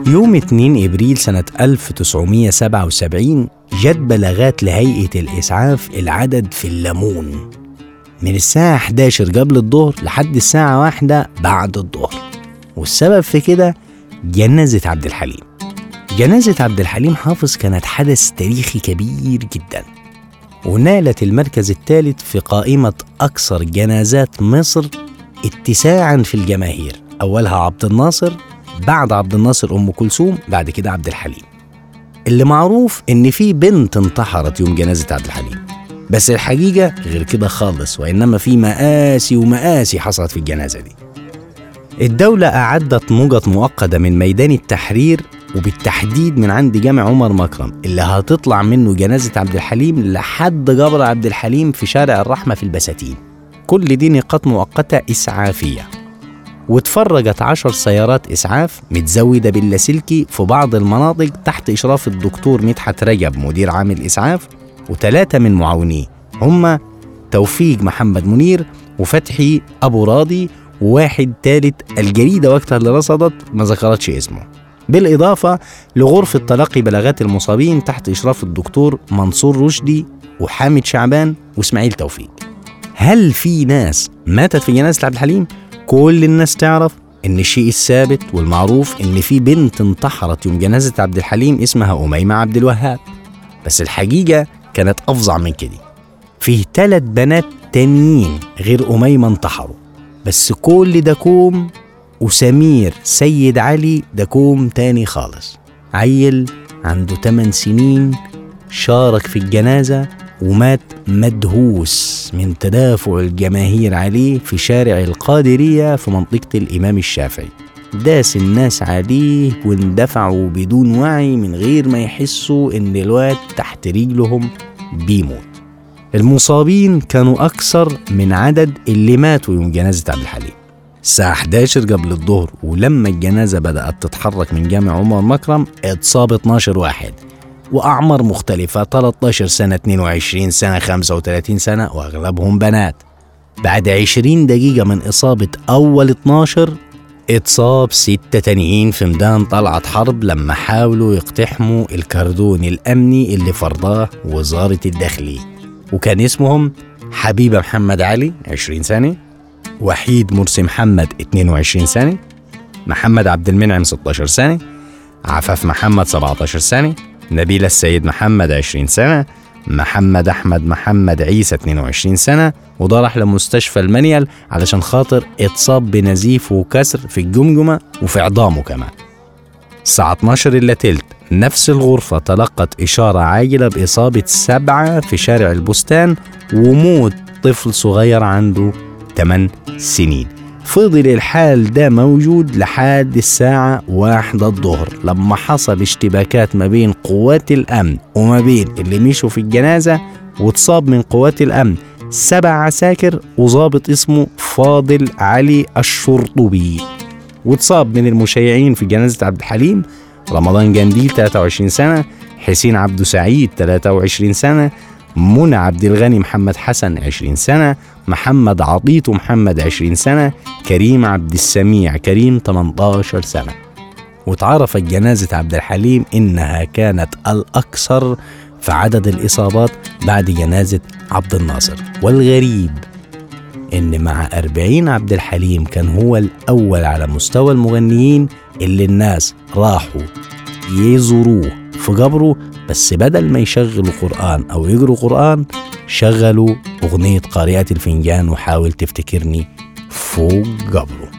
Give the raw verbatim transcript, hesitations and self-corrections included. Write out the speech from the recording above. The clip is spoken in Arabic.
يوم اتنين إبريل سنة ألف وتسعمية سبعة وسبعين جت بلاغات لهيئة الإسعاف العدد في الليمون من الساعة إحدى عشرة قبل الظهر لحد الساعة واحدة بعد الظهر، والسبب في كده جنازة عبد الحليم. جنازة عبد الحليم حافظ كانت حدث تاريخي كبير جدا، ونالت المركز الثالث في قائمة أكثر جنازات مصر اتساعا في الجماهير، أولها عبد الناصر، بعد عبد الناصر أم كلثوم، بعد كده عبد الحليم. اللي معروف إن في بنت انتحرت يوم جنازة عبد الحليم، بس الحقيقة غير كده خالص، وإنما في مآسي ومآسي حصلت في الجنازة دي. الدولة أعدت موجة مؤقتة من ميدان التحرير، وبالتحديد من عند جامع عمر مكرم اللي هتطلع منه جنازة عبد الحليم لحد قبر عبد الحليم في شارع الرحمة في البساتين. كل دي نقاط مؤقتة إسعافية. واتفرجت عشر سيارات إسعاف متزودة باللاسلكي في بعض المناطق تحت إشراف الدكتور مدحت رجب مدير عام الإسعاف، وثلاثة من معاونيه هم توفيق محمد منير وفتحي أبو راضي، وواحد ثالث الجريدة وقتها اللي رصدت ما ذكرتش اسمه، بالإضافة لغرفة تلقي بلاغات المصابين تحت إشراف الدكتور منصور رشدي وحامد شعبان وإسماعيل توفيق. هل في ناس ماتت في جنازة عبد الحليم؟ كل الناس تعرف إن الشيء الثابت والمعروف إن في بنت انتحرت يوم جنازة عبد الحليم اسمها أميمة عبد الوهاب، بس الحقيقة كانت أفظع من كده. فيه ثلاث بنات تانيين غير أميمة انتحروا، بس كل ده كوم، وسمير سيد علي ده كوم تاني خالص. عيل عنده ثمان سنين شارك في الجنازة ومات مدهوس من تدافع الجماهير عليه في شارع القادرية في منطقة الإمام الشافعي. داس الناس عليه واندفعوا بدون وعي من غير ما يحسوا إن الواد تحت رجلهم بيموت. المصابين كانوا أكثر من عدد اللي ماتوا يوم جنازة عبد الحليم. الساعة إحدى عشرة قبل الظهر، ولما الجنازة بدأت تتحرك من جامع عمر مكرم اتصاب اتناشر واحد، وأعمار مختلفة، ثلاثة عشر سنة، اثنين وعشرين سنة، خمسة وثلاثين سنة، وأغلبهم بنات. بعد عشرين دقيقة من إصابة أول اتناشر اتصاب ستة تانيين في ميدان طلعت حرب لما حاولوا يقتحموا الكردون الأمني اللي فرضاه وزارة الداخلية، وكان اسمهم حبيبة محمد علي عشرين سنة، وحيد مرسي محمد اثنين وعشرين سنة، محمد عبد المنعم ستة عشر سنة، عفاف محمد سبعة عشر سنة، نبيل السيد محمد عشرين سنة، محمد أحمد محمد عيسى اثنين وعشرين سنة، وده راح لمستشفى المنيل علشان خاطر اتصاب بنزيف وكسر في الجمجمة وفي عظامه كمان. الساعة اثناشر إلا تلت نفس الغرفة تلقت إشارة عاجلة بإصابة سبعة في شارع البستان وموت طفل صغير عنده ثمان سنين. فضل الحال ده موجود لحد الساعة واحدة الظهر لما حصل اشتباكات ما بين قوات الأمن وما بين اللي مشوا في الجنازة، واتصاب من قوات الأمن سبع عساكر وضابط اسمه فاضل علي الشرطبي، واتصاب من المشيعين في جنازة عبد الحليم رمضان جنديل ثلاثة وعشرين سنة، حسين عبد سعيد ثلاثة وعشرين سنة، منى عبد الغني محمد حسن عشرين سنة، محمد عطيط محمد عشرين سنة، كريم عبد السميع كريم ثمانية عشر سنة. وتعرفت جنازة عبد الحليم إنها كانت الأكثر في عدد الإصابات بعد جنازة عبد الناصر. والغريب إن مع أربعين عبد الحليم كان هو الأول على مستوى المغنيين اللي الناس راحوا يزوروه في قبره، بس بدل ما يشغلوا قرآن أو يقروا قرآن شغلوا أغنية قارئة الفنجان وحاول تفتكرني فوق قبره.